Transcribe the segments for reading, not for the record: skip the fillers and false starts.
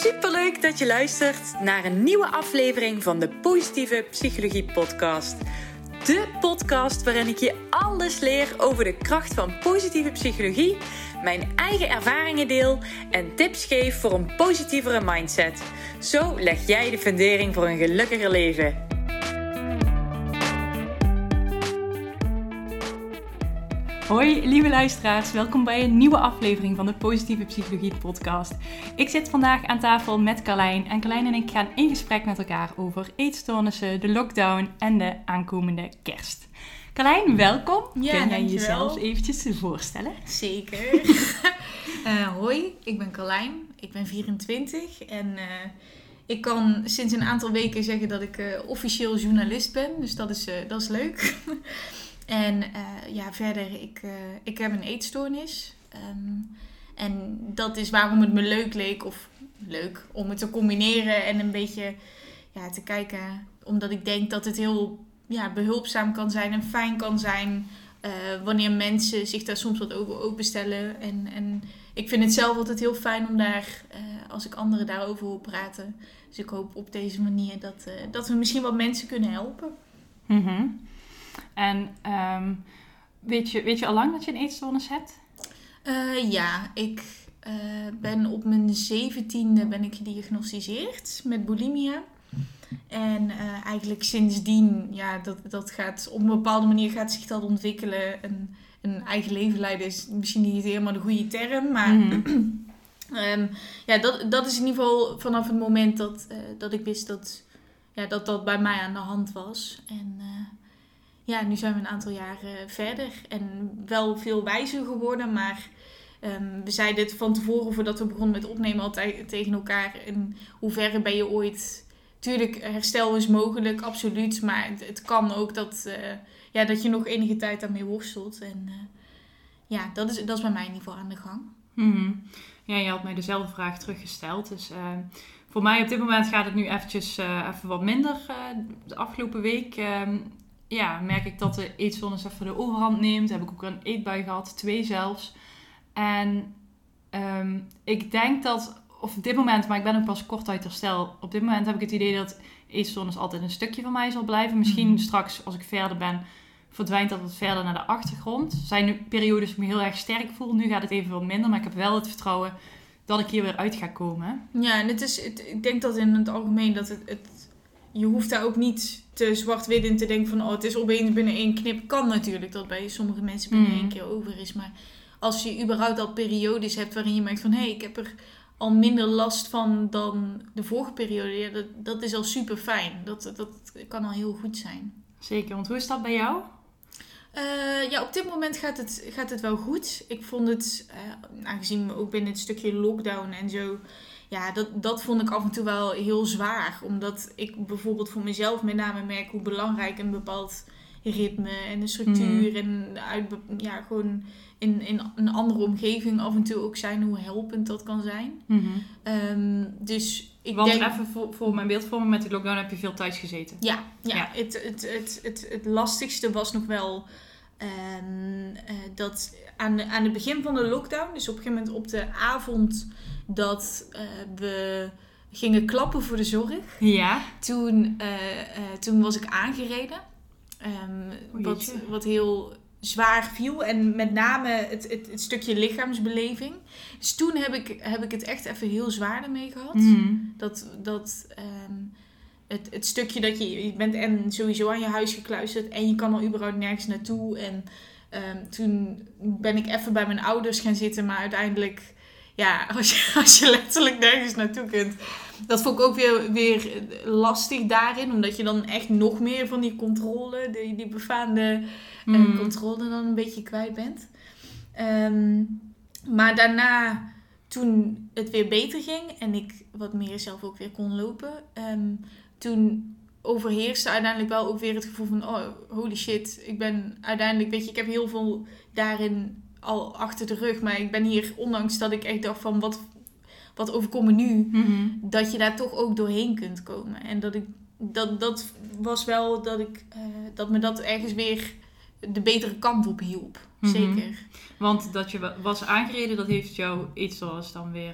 Superleuk dat je luistert naar een nieuwe aflevering van de Positieve Psychologie Podcast. De podcast waarin ik je alles leer over de kracht van positieve psychologie, mijn eigen ervaringen deel en tips geef voor een positievere mindset. Zo leg jij de fundering voor een gelukkiger leven. Hoi lieve luisteraars, welkom bij een nieuwe aflevering van de Positieve Psychologie Podcast. Ik zit vandaag aan tafel met Carlijn en Carlijn en ik gaan in gesprek met elkaar over eetstoornissen, de lockdown en de aankomende kerst. Carlijn, welkom. Ja, kun jij dankjewel. jezelf eventjes voorstellen? Zeker. Hoi, ik ben Carlijn, ik ben 24 en ik kan sinds een aantal weken zeggen dat ik officieel journalist ben, dus dat is leuk. En verder, ik heb een eetstoornis. En dat is waarom het me leuk leek, of leuk om het te combineren en een beetje te kijken. Omdat ik denk dat het heel behulpzaam kan zijn en fijn kan zijn wanneer mensen zich daar soms wat over openstellen. En ik vind het zelf altijd heel fijn om daar, als ik anderen daarover hoor praten. Dus ik hoop op deze manier dat we misschien wat mensen kunnen helpen. Mm-hmm. En weet je al lang dat je een eetstoornis hebt? Ik ben op mijn 17e ben ik gediagnosticeerd met bulimia. En eigenlijk sindsdien, dat gaat op een bepaalde manier gaat zich dat ontwikkelen. Een eigen leven leiden is misschien niet helemaal de goede term, maar dat is in ieder geval vanaf het moment dat ik wist dat bij mij aan de hand was. En nu zijn we een aantal jaren verder en wel veel wijzer geworden, maar we zeiden het van tevoren voordat we begonnen met opnemen altijd tegen elkaar. In hoeverre ben je ooit... Tuurlijk, herstel is mogelijk, absoluut, maar het kan ook dat je nog enige tijd daarmee worstelt. En dat is bij mij in ieder geval aan de gang. Mm-hmm. Ja, je had mij dezelfde vraag teruggesteld, dus... Voor mij op dit moment gaat het nu even wat minder. De afgelopen week merk ik dat de eetstoornis even de overhand neemt. Heb ik ook een eetbui gehad, 2 zelfs. En ik denk dat, of op dit moment, maar ik ben ook pas kort uit herstel. Op dit moment heb ik het idee dat eetstoornis altijd een stukje van mij zal blijven. Misschien straks, als ik verder ben, verdwijnt dat wat verder naar de achtergrond. Er zijn nu periodes dat ik me heel erg sterk voel. Nu gaat het even wat minder, maar ik heb wel het vertrouwen dat ik hier weer uit ga komen. Ja, en ik denk dat in het algemeen dat je hoeft daar ook niet te zwart-wit in te denken van het is opeens binnen 1 knip. Kan natuurlijk dat bij sommige mensen binnen 1 keer over is. Maar als je überhaupt al periodes hebt waarin je merkt van ik heb er al minder last van dan de vorige periode. Dat is al super fijn. Dat kan al heel goed zijn. Zeker, want hoe is dat bij jou? Op dit moment gaat het wel goed. Ik vond het, aangezien we ook binnen het stukje lockdown en zo... dat vond ik af en toe wel heel zwaar. Omdat ik bijvoorbeeld voor mezelf met name merk hoe belangrijk een bepaald ritme en een structuur... en gewoon in een andere omgeving af en toe ook zijn, hoe helpend dat kan zijn. Mm-hmm. Dus ik Want denk... even voor mijn beeldvorming, met de lockdown heb je veel thuis gezeten. Ja. Het lastigste was nog wel dat aan het begin van de lockdown, dus op een gegeven moment op de avond dat we gingen klappen voor de zorg. Ja. Toen was ik aangereden. Wat heel zwaar viel. En met name het stukje lichaamsbeleving. Dus toen heb ik het echt even heel zwaar ermee gehad. Mm-hmm. Het stukje dat je bent en sowieso aan je huis gekluisterd en je kan al überhaupt nergens naartoe. En toen ben ik even bij mijn ouders gaan zitten, maar uiteindelijk, als je letterlijk nergens naartoe kunt. Dat vond ik ook weer lastig daarin, omdat je dan echt nog meer van die controle, die befaamde controle dan een beetje kwijt bent. Maar daarna, toen het weer beter ging en ik wat meer zelf ook weer kon lopen, toen overheerste uiteindelijk wel ook weer het gevoel van holy shit, ik ben uiteindelijk, ik heb heel veel daarin al achter de rug, maar ik ben hier, ondanks dat ik echt dacht van wat overkomt me nu, dat je daar toch ook doorheen kunt komen. En dat was wel dat me dat ergens weer de betere kant op hielp. Zeker. Want dat je was aangereden, dat heeft jou iets zoals dan weer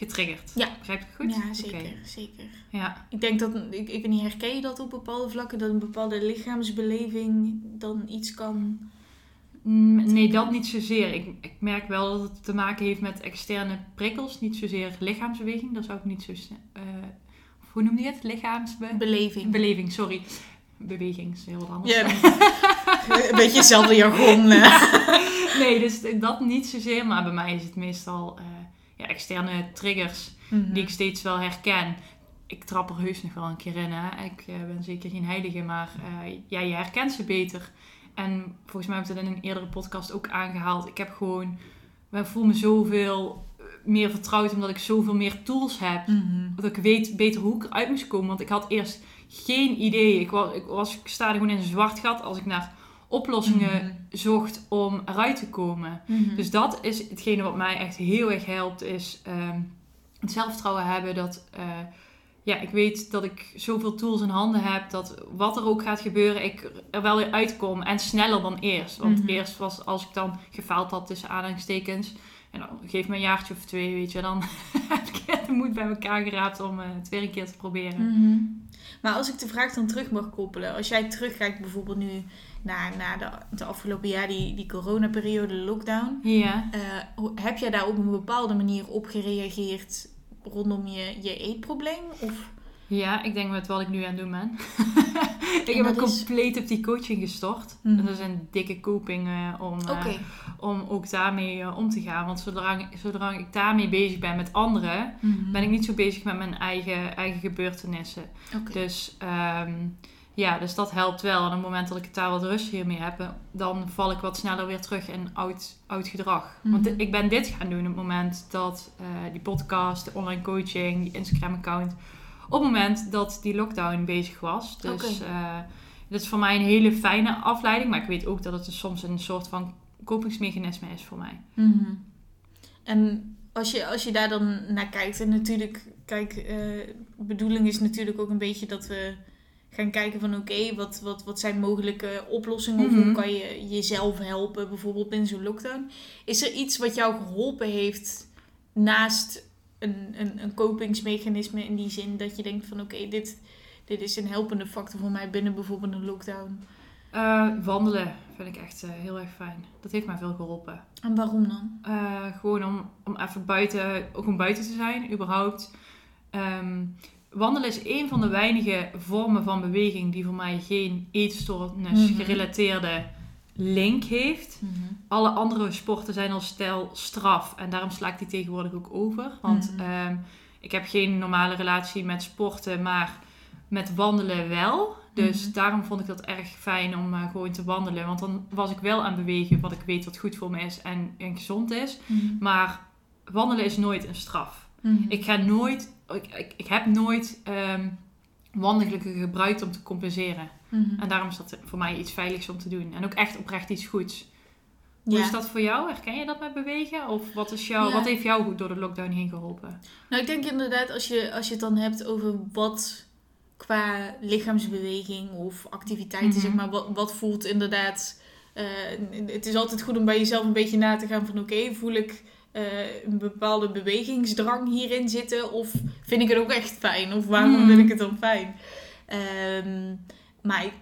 getriggerd. Ja. Begrijp ik het goed? Ja, zeker. Oké. Zeker. Ja. Ik denk dat, ik weet niet, herken je dat op bepaalde vlakken? Dat een bepaalde lichaamsbeleving dan iets kan... Nee, dat niet zozeer. Ik merk wel dat het te maken heeft met externe prikkels. Niet zozeer lichaamsbeweging. Dat zou ik niet zo... hoe noem je het? Beleving, sorry. Beweging is heel wat anders. Ja, een beetje hetzelfde jargon. Nee, dus dat niet zozeer. Maar bij mij is het meestal externe triggers die ik steeds wel herken. Ik trap er heus nog wel een keer in. Hè? Ik ben zeker geen heilige, maar je herkent ze beter. En volgens mij heb ik dat in een eerdere podcast ook aangehaald. Ik voel me zoveel meer vertrouwd omdat ik zoveel meer tools heb. Dat ik weet beter hoe ik eruit moest komen. Want ik had eerst geen idee. Ik sta gewoon in een zwart gat als ik naar oplossingen zocht om eruit te komen. Dus dat is hetgene wat mij echt heel erg helpt. Is het zelfvertrouwen hebben dat... ik weet dat ik zoveel tools in handen heb, dat wat er ook gaat gebeuren, ik er wel weer uitkom en sneller dan eerst. Want eerst was, als ik dan gefaald had tussen aanhalingstekens, en dan geef me een jaartje of 2, weet je, dan heb ik de moed bij elkaar geraapt om het weer een keer te proberen. Maar als ik de vraag dan terug mag koppelen, als jij terugkijkt bijvoorbeeld nu naar de afgelopen jaar, die coronaperiode, de lockdown, heb jij daar op een bepaalde manier op gereageerd rondom je eetprobleem? Of? Ja, ik denk met wat ik nu aan het doen ben. Ik heb me compleet op die coaching gestort. Dat is een dikke coping om ook daarmee om te gaan. Want zodra ik daarmee bezig ben met anderen, ben ik niet zo bezig met mijn eigen gebeurtenissen. Dus dus dat helpt wel. En op het moment dat ik het daar wat rustiger mee heb, dan val ik wat sneller weer terug in oud gedrag. Want ik ben dit gaan doen op het moment dat die podcast, de online coaching, die Instagram account, op het moment dat die lockdown bezig was. Dus dat is voor mij een hele fijne afleiding. Maar ik weet ook dat het dus soms een soort van kopingsmechanisme is voor mij. En als je daar dan naar kijkt, en natuurlijk, de bedoeling is natuurlijk ook een beetje dat we gaan kijken van wat zijn mogelijke oplossingen of hoe kan je jezelf helpen bijvoorbeeld in zo'n lockdown. Is er iets wat jou geholpen heeft naast een kopingsmechanisme in die zin dat je denkt van dit is een helpende factor voor mij binnen bijvoorbeeld een lockdown? Wandelen vind ik echt heel erg fijn. Dat heeft mij veel geholpen. En waarom dan? Gewoon om even buiten te zijn, überhaupt. Wandelen is een van de weinige vormen van beweging die voor mij geen eetstoornis gerelateerde link heeft. Alle andere sporten zijn al straf en daarom sla ik die tegenwoordig ook over. Want ik heb geen normale relatie met sporten, maar met wandelen wel. Dus daarom vond ik dat erg fijn om gewoon te wandelen. Want dan was ik wel aan het bewegen wat ik weet wat goed voor me is en gezond is. Maar wandelen is nooit een straf. Ik heb nooit wandelen gebruikt om te compenseren. En daarom is dat voor mij iets veiligs om te doen. En ook echt oprecht iets goeds. Hoe is dat voor jou? Herken je dat met bewegen? Of wat heeft jou goed door de lockdown heen geholpen? Nou, ik denk inderdaad, als je het dan hebt over wat qua lichaamsbeweging of activiteiten, zeg maar, wat voelt inderdaad... het is altijd goed om bij jezelf een beetje na te gaan van voel ik een bepaalde bewegingsdrang hierin zitten of vind ik het ook echt fijn? Of waarom vind ik het dan fijn? Maar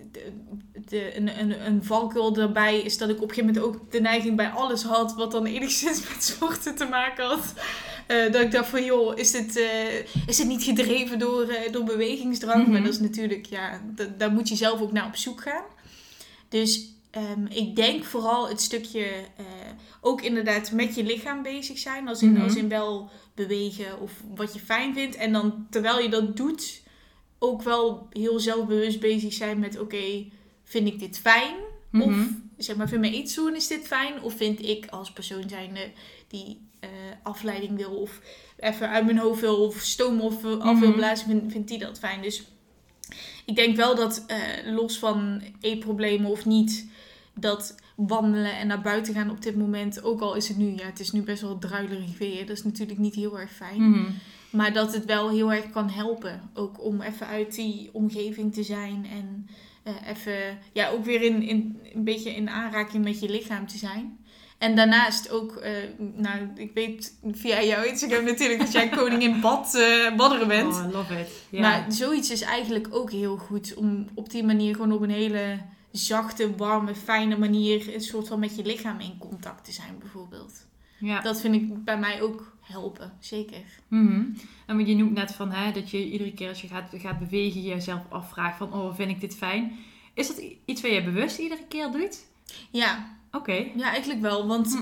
een valkuil daarbij is dat ik op een gegeven moment ook de neiging bij alles had wat dan enigszins met sporten te maken had. Dat ik dacht van is dit niet gedreven door bewegingsdrang? Maar dat is natuurlijk, daar moet je zelf ook naar op zoek gaan. Dus ik denk vooral het stukje ook inderdaad met je lichaam bezig zijn. Als in wel bewegen of wat je fijn vindt. En dan terwijl je dat doet ook wel heel zelfbewust bezig zijn met vind ik dit fijn? Of zeg maar, vind mijn eetstoornis dit fijn? Of vind ik als persoon zijnde die afleiding wil of even uit mijn hoofd wil of stoom of af wil blazen, vindt die dat fijn? Dus ik denk wel dat los van eetproblemen of niet, dat wandelen en naar buiten gaan op dit moment, ook al is het nu, het is nu best wel druilerig weer, dat is natuurlijk niet heel erg fijn. Maar dat het wel heel erg kan helpen, ook om even uit die omgeving te zijn en even ook weer in een beetje in aanraking met je lichaam te zijn. En daarnaast ook, ik weet via jouw Instagram natuurlijk dat jij koningin badderen bent. Oh, I love it. Yeah. Maar zoiets is eigenlijk ook heel goed om op die manier gewoon op een hele zachte, warme, fijne manier een soort van met je lichaam in contact te zijn bijvoorbeeld. Ja. Dat vind ik bij mij ook helpen, zeker. Mm-hmm. En je noemt net van dat je iedere keer als je gaat bewegen jezelf afvraagt van, oh, vind ik dit fijn? Is dat iets wat je bewust iedere keer doet? Ja. Oké. Ja, eigenlijk wel. Want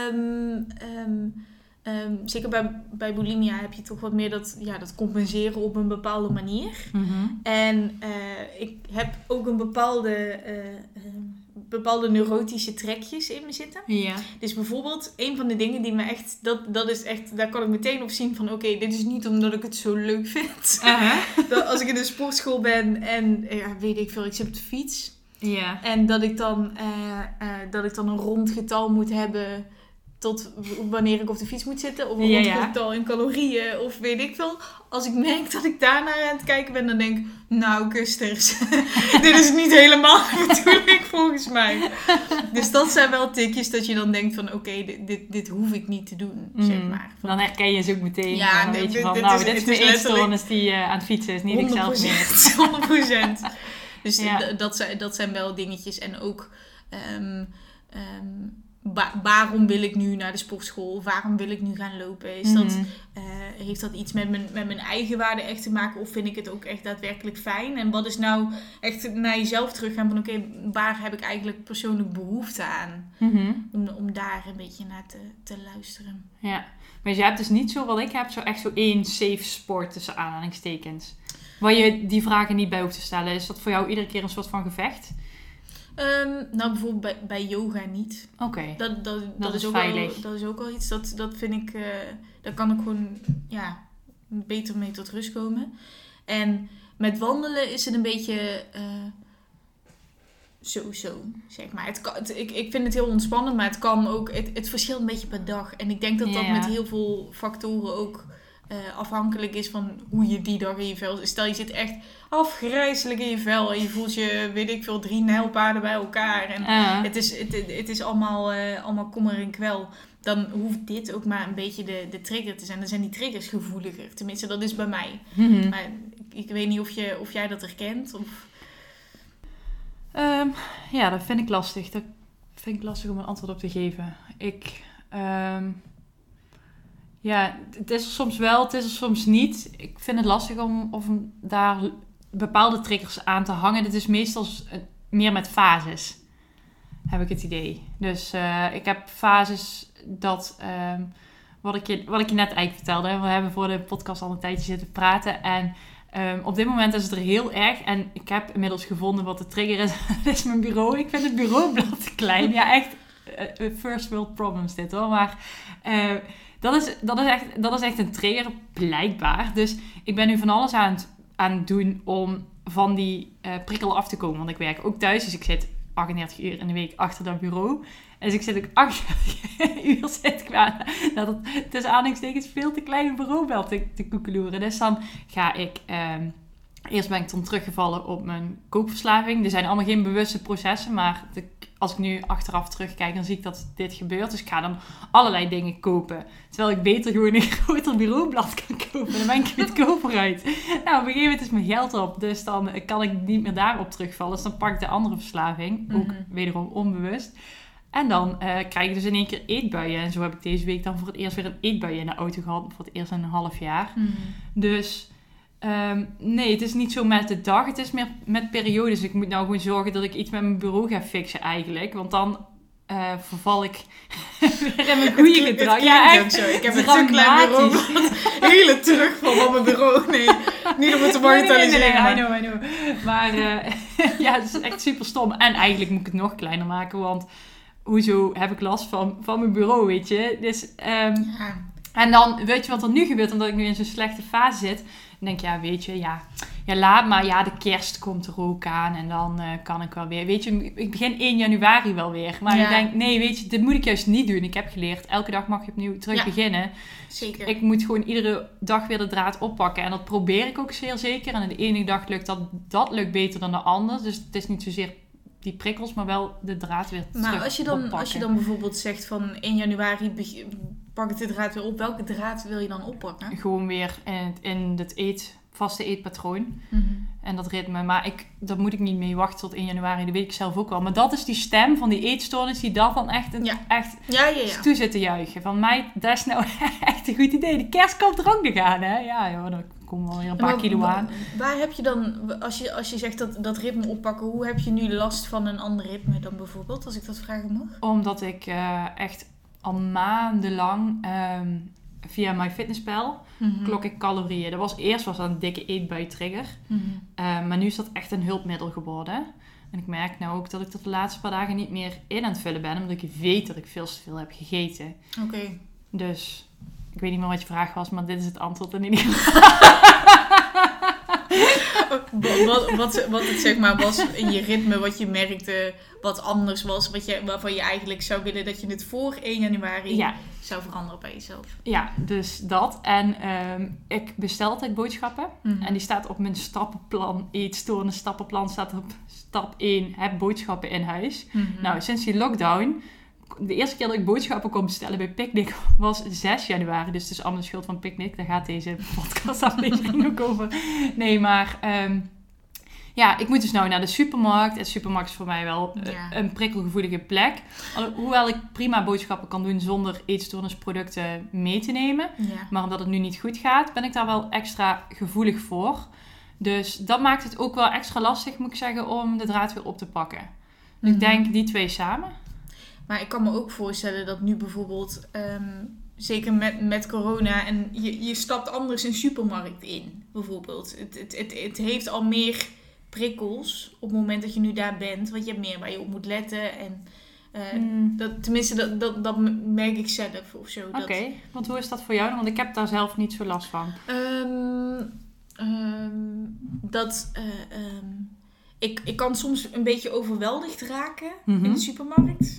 zeker bij bulimia heb je toch wat meer dat compenseren op een bepaalde manier. Mm-hmm. En ik heb ook een bepaalde neurotische trekjes in me zitten. Ja. Dus bijvoorbeeld, een van de dingen die me echt, dat is echt, daar kan ik meteen op zien van, oké, dit is niet omdat ik het zo leuk vind. Dat als ik in de sportschool ben en, weet ik veel, ik zit op de fiets. Ja. En dat ik dan een rond getal moet hebben tot wanneer ik op de fiets moet zitten. Of een rond getal in calorieën of weet ik veel. Als ik merk dat ik daarnaar aan het kijken ben, dan denk ik, nou kusters, dit is niet helemaal de bedoeling volgens mij. Dus dat zijn wel tikjes dat je dan denkt van, oké, dit hoef ik niet te doen, zeg maar. Dan herken je ze ook meteen. Ja, dan weet je van, dit is mijn eetstoornis die aan het fietsen is, niet ik zelf meer. 100%. Dus dat zijn wel dingetjes. En ook waarom wil ik nu naar de sportschool? Waarom wil ik nu gaan lopen? Heeft dat iets met mijn eigen waarde echt te maken? Of vind ik het ook echt daadwerkelijk fijn? En wat is nou echt naar jezelf teruggaan van oké, waar heb ik eigenlijk persoonlijk behoefte aan? Mm-hmm. Om daar een beetje naar te luisteren. Ja, maar je hebt dus niet zo wat ik heb, zo echt zo één safe sport tussen aanhalingstekens. Waar je die vragen niet bij hoeft te stellen. Is dat voor jou iedere keer een soort van gevecht? Nou, bijvoorbeeld bij yoga niet. Oké. Dat is ook veilig. Dat is ook wel iets, dat vind ik, daar kan ik gewoon beter mee tot rust komen. En met wandelen is het een beetje zo, zeg maar. Ik vind het heel ontspannend, maar het kan ook, het verschilt een beetje per dag. En ik denk dat met heel veel factoren ook afhankelijk is van hoe je die dag in je vel zit. Stel je zit echt afgrijselijk in je vel en je voelt je, weet ik veel, 3 nijlpaarden bij elkaar en het is allemaal kommer en kwel. Dan hoeft dit ook maar een beetje de trigger te zijn. Dan zijn die triggers gevoeliger. Tenminste, dat is bij mij. Mm-hmm. Maar ik weet niet of jij dat herkent. Of... Dat vind ik lastig. Dat vind ik lastig om een antwoord op te geven. Het is er soms wel, het is er soms niet. Ik vind het lastig om daar bepaalde triggers aan te hangen. Dit is meestal meer met fases, heb ik het idee. Dus ik heb fases dat, wat ik je net eigenlijk vertelde. We hebben voor de podcast al een tijdje zitten praten. En op dit moment is het er heel erg. En ik heb inmiddels gevonden wat de trigger is. Dat is mijn bureau. Ik vind het bureaublad te klein. Ja, echt first world problems dit hoor. Maar... Dat is echt een trigger, blijkbaar. Dus ik ben nu van alles aan het doen om van die prikkel af te komen. Want ik werk ook thuis, dus ik zit 38 uur in de week achter dat bureau. Dus ik zit ook 38 uur aan dat het tussen aanhalingstekens veel te kleine bureaubel te koekeloeren. Dus dan ga ik... Eerst ben ik dan teruggevallen op mijn koopverslaving. Er zijn allemaal geen bewuste processen, maar als ik nu achteraf terugkijk, dan zie ik dat dit gebeurt. Dus ik ga dan allerlei dingen kopen. Terwijl ik beter gewoon een groter bureaublad kan kopen. Dan ben ik goedkoper uit. Nou, op een gegeven moment is mijn geld op. Dus dan kan ik niet meer daarop terugvallen. Dus dan pak ik de andere verslaving. Ook wederom onbewust. En dan krijg ik dus in één keer eetbuien. En zo heb ik deze week dan voor het eerst weer een eetbui in de auto gehad. Voor het eerst in een half jaar. Dus... nee, het is niet zo met de dag. Het is meer met periodes. Ik moet nou gewoon zorgen dat ik iets met mijn bureau ga fixen eigenlijk. Want dan verval ik weer in mijn goede gedrag. Ja, echt. Zo. Ik heb een te klein bureau. Hele terugval van mijn bureau. Nee, niet om het te bagatelliseren. Nee, I know. Maar het is echt super stom. En eigenlijk moet ik het nog kleiner maken. Want hoezo heb ik last van mijn bureau, weet je? Dus... En dan, weet je wat er nu gebeurt, omdat ik nu in zo'n slechte fase zit. Dan denk ik, weet je, laat maar. Ja, de kerst komt er ook aan en dan kan ik wel weer. Weet je, ik begin 1 januari wel weer. Maar ik denk, nee, weet je, dit moet ik juist niet doen. Ik heb geleerd, elke dag mag je opnieuw terug beginnen. Zeker. Ik moet gewoon iedere dag weer de draad oppakken. En dat probeer ik ook zeer zeker. En de ene dag lukt dat lukt beter dan de ander. Dus het is niet zozeer die prikkels, maar wel de draad weer terug Maar als oppakken. je dan bijvoorbeeld zegt van 1 januari pak ik de draad weer op. Welke draad wil je dan oppakken? Gewoon weer in het vaste eetpatroon. Mm-hmm. En dat ritme. Maar daar moet ik niet mee wachten tot 1 januari. Dat weet ik zelf ook wel. Maar dat is die stem van die eetstoornis die dat dan echt toe zit te juichen. Van mij, dat is nou echt een goed idee. De kerst komt er ook nog aan, hè? Ja, joh, dan komen wel weer een paar kilo aan. Waar heb je dan, als je zegt dat ritme oppakken, hoe heb je nu last van een ander ritme dan bijvoorbeeld, als ik dat vragen mag? Omdat ik echt al maandenlang via MyFitnessPal klok ik calorieën. Eerst was dat een dikke eetbui-trigger. Mm-hmm. Maar nu is dat echt een hulpmiddel geworden. En ik merk nou ook dat ik dat de laatste paar dagen niet meer in aan het vullen ben. Omdat ik weet dat ik veel te veel heb gegeten. Oké. Dus ik weet niet meer wat je vraag was, maar dit is het antwoord in ieder geval. Wat het zeg maar was in je ritme, wat je merkte, wat anders was, waarvan je eigenlijk zou willen dat je het voor 1 januari zou veranderen bij jezelf. Ja, dus dat. En ik bestel altijd boodschappen. Mm-hmm. En die staat op mijn stappenplan. Eetstoornis stappenplan staat op stap 1. Heb boodschappen in huis. Mm-hmm. Nou, sinds die lockdown, de eerste keer dat ik boodschappen kon bestellen bij Picnic was 6 januari. Dus het is allemaal de schuld van Picnic. Daar gaat deze podcastaflevering ook over. Nee, maar ik moet dus nou naar de supermarkt. En de supermarkt is voor mij wel een prikkelgevoelige plek. Hoewel ik prima boodschappen kan doen zonder eetstoornisproducten mee te nemen. Ja. Maar omdat het nu niet goed gaat, ben ik daar wel extra gevoelig voor. Dus dat maakt het ook wel extra lastig, moet ik zeggen, om de draad weer op te pakken. Dus ik denk die twee samen. Maar ik kan me ook voorstellen dat nu bijvoorbeeld, zeker met corona, en je stapt anders een supermarkt in, bijvoorbeeld. Het heeft al meer prikkels op het moment dat je nu daar bent, want je hebt meer waar je op moet letten. En dat merk ik zelf of zo. Oké, want hoe is dat voor jou dan? Want ik heb daar zelf niet zo last van. Ik kan soms een beetje overweldigd raken in de supermarkt.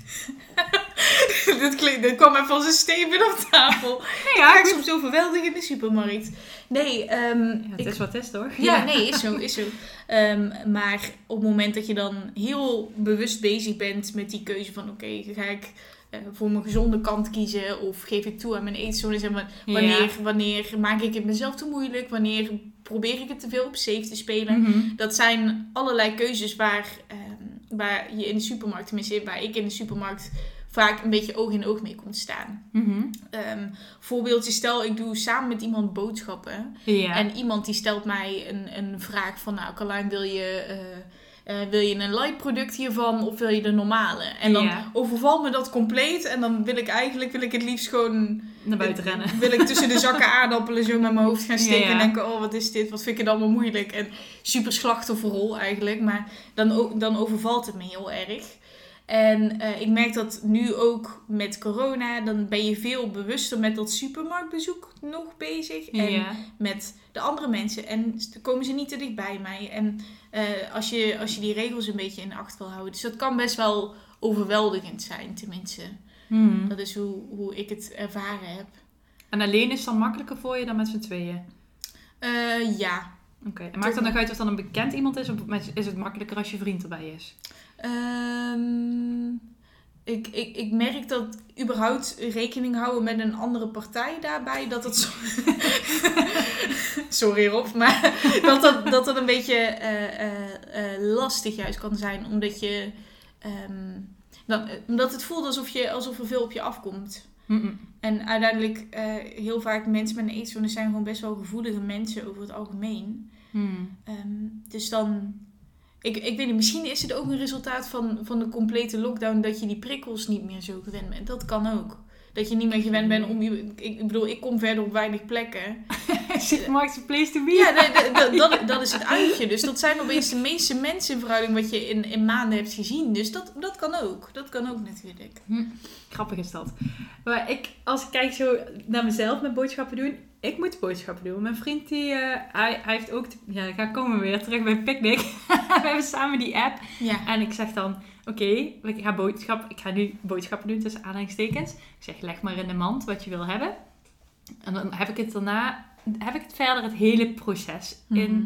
Dit kwam even als een steen op tafel. Ik raak soms overweldigd in de supermarkt. Nee, het is wat het is, toch? Ja, nee, is zo. Maar op het moment dat je dan heel bewust bezig bent met die keuze van oké, ga ik voor mijn gezonde kant kiezen of geef ik toe aan mijn eetstoornis en wanneer maak ik het mezelf te moeilijk, wanneer probeer ik het te veel op safe te spelen. Mm-hmm. Dat zijn allerlei keuzes waar je in de supermarkt, tenminste waar ik in de supermarkt vaak een beetje oog in oog mee komt staan. Mm-hmm. Voorbeeldje, stel ik doe samen met iemand boodschappen en iemand die stelt mij een vraag van nou Carlijn, wil je een light product hiervan of wil je de normale? En dan overvalt me dat compleet en dan wil ik het liefst gewoon naar buiten rennen. Wil ik tussen de zakken aardappelen zo met mijn hoofd gaan steken en denken, oh wat is dit, wat vind ik het allemaal moeilijk. En super slachtofferrol eigenlijk, maar dan overvalt het me heel erg. En ik merk dat nu ook met corona, dan ben je veel bewuster met dat supermarktbezoek nog bezig. En met de andere mensen. En komen ze niet te dicht bij mij. En als je die regels een beetje in acht wil houden. Dus dat kan best wel overweldigend zijn, tenminste. Mm. Dat is hoe ik het ervaren heb. En alleen is het dan makkelijker voor je dan met z'n tweeën? Ja. Oké. En maakt het dan nog uit of het dan een bekend iemand is? Of is het makkelijker als je vriend erbij is? Ik merk dat überhaupt rekening houden met een andere partij daarbij, dat het sorry Rob, maar dat een beetje lastig juist kan zijn, omdat je omdat het voelt alsof er veel op je afkomt. Mm-mm. En uiteindelijk heel vaak mensen met een eetstoornis zijn gewoon best wel gevoelige mensen over het algemeen. Dus dan ik weet niet, misschien is het ook een resultaat van de complete lockdown dat je die prikkels niet meer zo gewend bent. Dat kan ook. Dat je niet meer gewend bent om ik kom verder op weinig plekken. Supermarkt is a place to be. Ja, dat is het uitje. Dus dat zijn opeens de meeste mensen in verhouding wat je in maanden hebt gezien. Dus dat kan ook. Dat kan ook natuurlijk. Grappig is dat. Maar als ik kijk zo naar mezelf met boodschappen doen. Ik moet boodschappen doen. Mijn vriend hij heeft ook... ga komen weer terug bij Picnic. We hebben samen die app. Ja. En ik zeg dan... Oké, ik ga nu boodschappen doen tussen aanhalingstekens. Ik zeg, leg maar in de mand wat je wil hebben. En dan heb ik het daarna... Heb ik het verder het hele proces in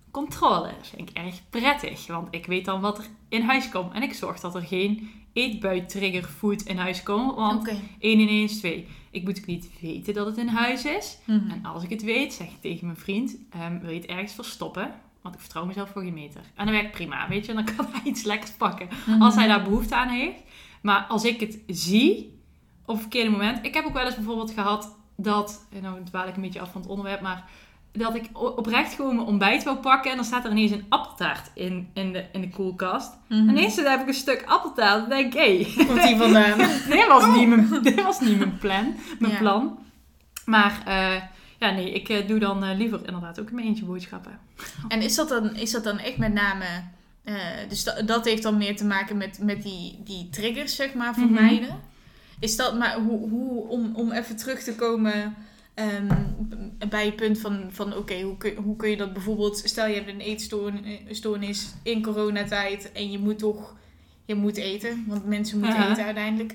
controle. Dat vind ik erg prettig, want ik weet dan wat er in huis komt. En ik zorg dat er geen eetbui-triggerfood in huis komt, want 1 en 1 is 2. Ik moet ook niet weten dat het in huis is. Mhm. En als ik het weet, zeg ik tegen mijn vriend, wil je het ergens verstoppen? Want ik vertrouw mezelf voor geen meter. En dat werkt prima, weet je. Dan kan hij iets lekkers pakken als hij daar behoefte aan heeft. Maar als ik het zie, op een verkeerde moment. Ik heb ook wel eens bijvoorbeeld gehad dat, en nou dwaal ik een beetje af van het onderwerp, maar dat ik oprecht gewoon mijn ontbijt wil pakken en dan staat er ineens een appeltaart in de koelkast. En ineens heb ik een stuk appeltaart en denk ik, hé. Komt die vandaan? dit was niet mijn plan. Maar nee, ik doe dan liever inderdaad ook in mijn eentje boodschappen. En is dat dan echt met name... dus dat heeft dan meer te maken met die triggers, zeg maar, vermijden. Is dat maar om even terug te komen bij je punt van oké, hoe kun je dat bijvoorbeeld... Stel je hebt een eetstoornis in coronatijd en je moet eten, want mensen moeten eten uiteindelijk.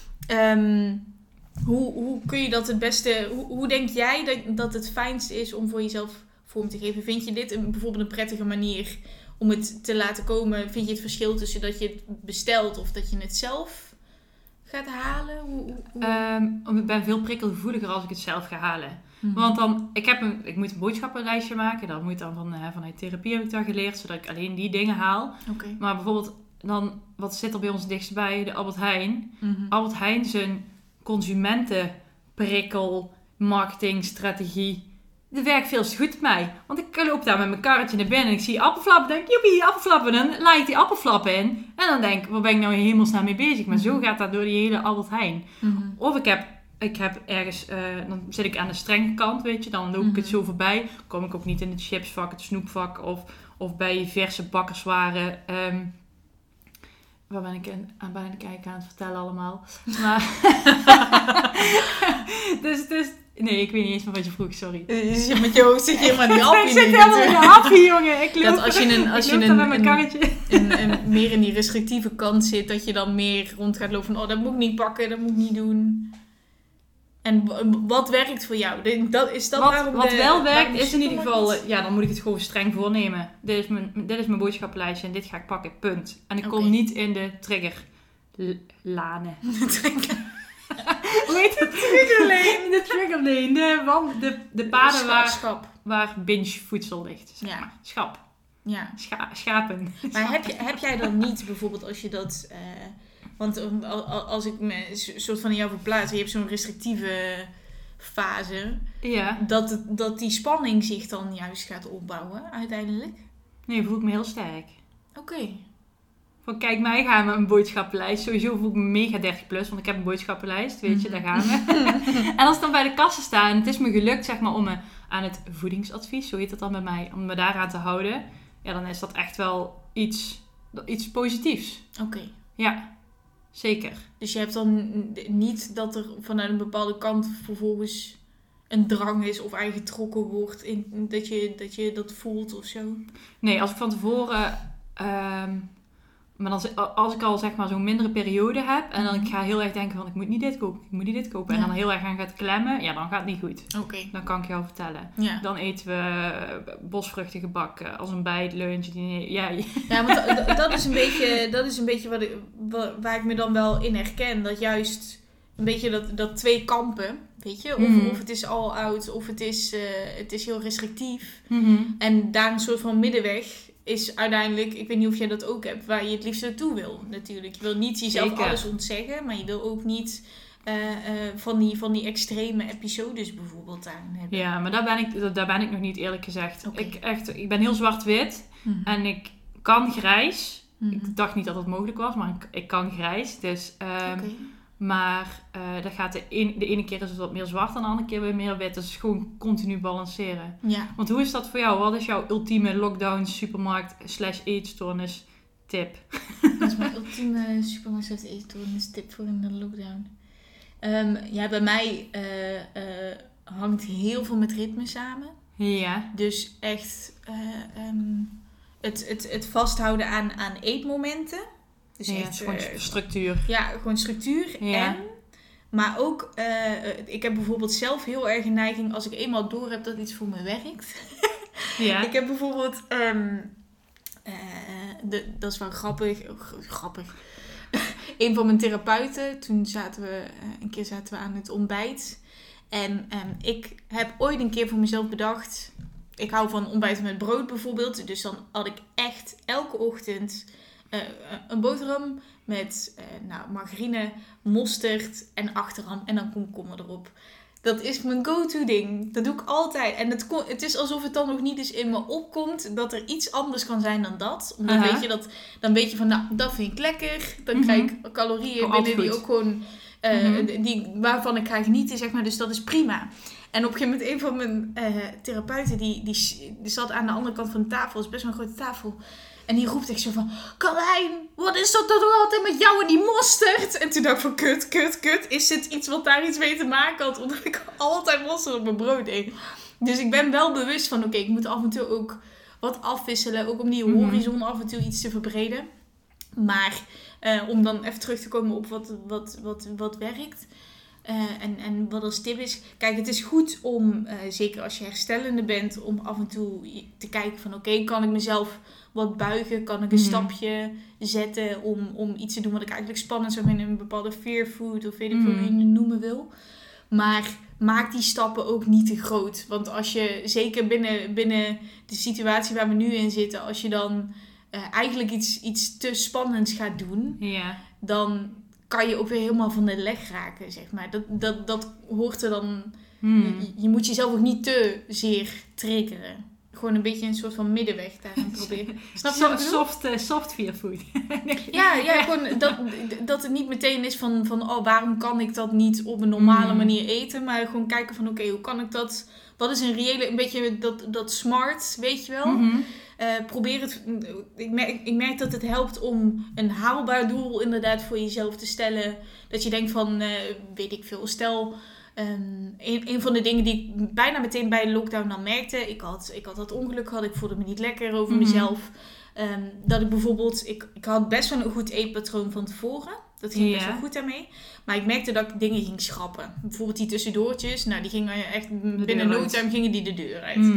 Hoe kun je dat het beste... Hoe denk jij dat het fijnste is om voor jezelf vorm te geven? Vind je dit bijvoorbeeld een prettige manier om het te laten komen? Vind je het verschil tussen dat je het bestelt of dat je het zelf gaat halen? Ik ben veel prikkelgevoeliger als ik het zelf ga halen. Want dan, ik moet een boodschappenlijstje maken. Dat moet dan vanuit therapie heb ik daar geleerd, zodat ik alleen die dingen haal. Okay. Maar bijvoorbeeld dan, wat zit er bij ons dichtstbij? De Albert Heijn. Mm-hmm. Albert Heijn zijn consumentenprikkel marketingstrategie. Dat werkt veel te goed op mij. Want ik loop daar met mijn karretje naar binnen en ik zie appelflappen. Denk joepie, appelflappen. Dan laai ik die appelflappen in. En dan denk ik, waar ben ik nou in hemelsnaam mee bezig? Maar zo gaat dat door die hele Albert Heijn. Mm-hmm. Of ik heb ergens, dan zit ik aan de strenge kant, weet je. Dan loop ik het zo voorbij. Kom ik ook niet in het chipsvak, het snoepvak of bij verse bakkerswaren. Waar ben ik aan het vertellen allemaal. Maar dus nee, ik weet niet eens meer wat je vroeg, sorry. Je zit met je hoofd helemaal in die appie. Ik zit helemaal in de appie, jongen. Ik loop met mijn karretje. En meer in die restrictieve kant zit, dat je dan meer rond gaat lopen van, dat moet ik niet pakken, dat moet ik niet doen. En wat werkt voor jou? Wat wel werkt is in ieder geval, dan moet ik het gewoon streng voornemen. Dit is mijn boodschappenlijstje en dit ga ik pakken, punt. En ik kom niet in de triggerlanen. Hoe heet het? De triggerlane. De paden waar binge voedsel ligt. Zeg maar. Schap. Ja. Schapen. Maar heb jij dan niet bijvoorbeeld als je dat... want als ik me soort van in jou verplaats... Je hebt zo'n restrictieve fase... Ja. Dat die spanning zich dan juist gaat opbouwen uiteindelijk? Nee, voel ik me heel sterk. Oké. Van kijk, mij gaan we een boodschappenlijst. Sowieso voel ik me mega 30 plus, want ik heb een boodschappenlijst, weet je, daar gaan we. En als ik dan bij de kassen sta en het is me gelukt, zeg maar, om me aan het voedingsadvies, zo heet dat dan bij mij, om me daaraan te houden, ja, dan is dat echt wel iets positiefs. Oké. Ja, zeker. Dus je hebt dan niet dat er vanuit een bepaalde kant vervolgens een drang is of eigenlijk getrokken wordt in dat je dat voelt of zo? Nee, als ik van tevoren... Maar als ik al zeg maar zo'n mindere periode heb en dan ik ga heel erg denken van ik moet niet dit kopen. En dan heel erg aan gaat klemmen, ja, dan gaat het niet goed. Okay. Dan kan ik jou vertellen. Ja. Dan eten we bosvruchtengebak als een bij het lunch. Ja, want dat is een beetje waar ik me dan wel in herken. Dat juist een beetje dat twee kampen, weet je. Of het is all out of het is heel restrictief. Mm-hmm. En daar een soort van middenweg is uiteindelijk, ik weet niet of jij dat ook hebt, waar je het liefst naartoe wil natuurlijk. Je wil niet jezelf Zeker. alles ontzeggen, maar je wil ook niet van die extreme episodes bijvoorbeeld aan hebben. Ja, maar daar ben ik nog niet, eerlijk gezegd. Okay. Ik ben heel zwart-wit en ik kan grijs. Mm-hmm. Ik dacht niet dat het mogelijk was, maar ik kan grijs. Dus, maar dat gaat de ene keer is het wat meer zwart en de andere keer weer meer wit. Dus gewoon continu balanceren. Ja. Want hoe is dat voor jou? Wat is jouw ultieme lockdown supermarkt / eetstoornis tip? Dat is mijn ultieme supermarkt / eetstoornis tip voor in de lockdown. Bij mij hangt heel veel met ritme samen. Ja. Dus echt het vasthouden aan eetmomenten. Dus ja, echt, gewoon structuur. Ja, gewoon structuur. Ja. Maar ook, ik heb bijvoorbeeld zelf heel erg een neiging, als ik eenmaal door heb dat iets voor me werkt, Ja. Ik heb bijvoorbeeld... dat is wel grappig. Een van mijn therapeuten, toen zaten we aan het ontbijt. En ik heb ooit een keer voor mezelf bedacht... Ik hou van ontbijten met brood bijvoorbeeld. Dus dan had ik echt elke ochtend een boterham met margarine, mosterd en achterham. En dan komkommer erop. Dat is mijn go-to ding. Dat doe ik altijd. En het is alsof het dan nog niet eens in me opkomt dat er iets anders kan zijn dan dat. Omdat dan weet je van, nou, dat vind ik lekker. Dan krijg ik calorieën binnen die ook gewoon... waarvan ik ga genieten, zeg maar. Dus dat is prima. En op een gegeven moment, een van mijn therapeuten, die zat aan de andere kant van de tafel. Het is best wel een grote tafel. En die roept echt zo van... Carlijn, wat is dat toch altijd met jou en die mosterd? En toen dacht ik van, kut. Is dit iets wat daar iets mee te maken had? Omdat ik altijd mosterd op mijn brood eet. Dus ik ben wel bewust van, oké, ik moet af en toe ook wat afwisselen. Ook om die horizon af en toe iets te verbreden. Maar om dan even terug te komen op wat werkt... En wat als tip is... Kijk, het is goed om, zeker als je herstellende bent... om af en toe te kijken van... Oké, kan ik mezelf wat buigen? Kan ik een stapje zetten om iets te doen... wat ik eigenlijk spannend zou vinden... in een bepaalde fear food of weet ik hoe je het noemen wil. Maar maak die stappen ook niet te groot. Want als je, zeker binnen de situatie waar we nu in zitten... als je dan eigenlijk iets te spannends gaat doen... dan... kan je ook weer helemaal van de leg raken, zeg maar. Dat hoort er dan... Je moet jezelf ook niet te zeer triggeren. Gewoon een beetje een soort van middenweg daarin proberen. Snap je wat Soft fear food. Ja, gewoon dat het niet meteen is van... waarom kan ik dat niet op een normale manier eten? Maar gewoon kijken van, oké, hoe kan ik dat... Wat is een beetje dat smart, weet je wel? Probeer het... Ik merk dat het helpt om een haalbaar doel inderdaad voor jezelf te stellen. Dat je denkt van, weet ik veel, stel... een van de dingen die ik bijna meteen bij de lockdown dan merkte... Ik had dat ongeluk gehad, ik voelde me niet lekker over mezelf. Dat ik bijvoorbeeld... Ik had best wel een goed eetpatroon van tevoren. Dat ging best wel goed daarmee. Maar ik merkte dat ik dingen ging schrappen. Bijvoorbeeld die tussendoortjes. Nou, die gingen echt binnen no time gingen die de deur uit.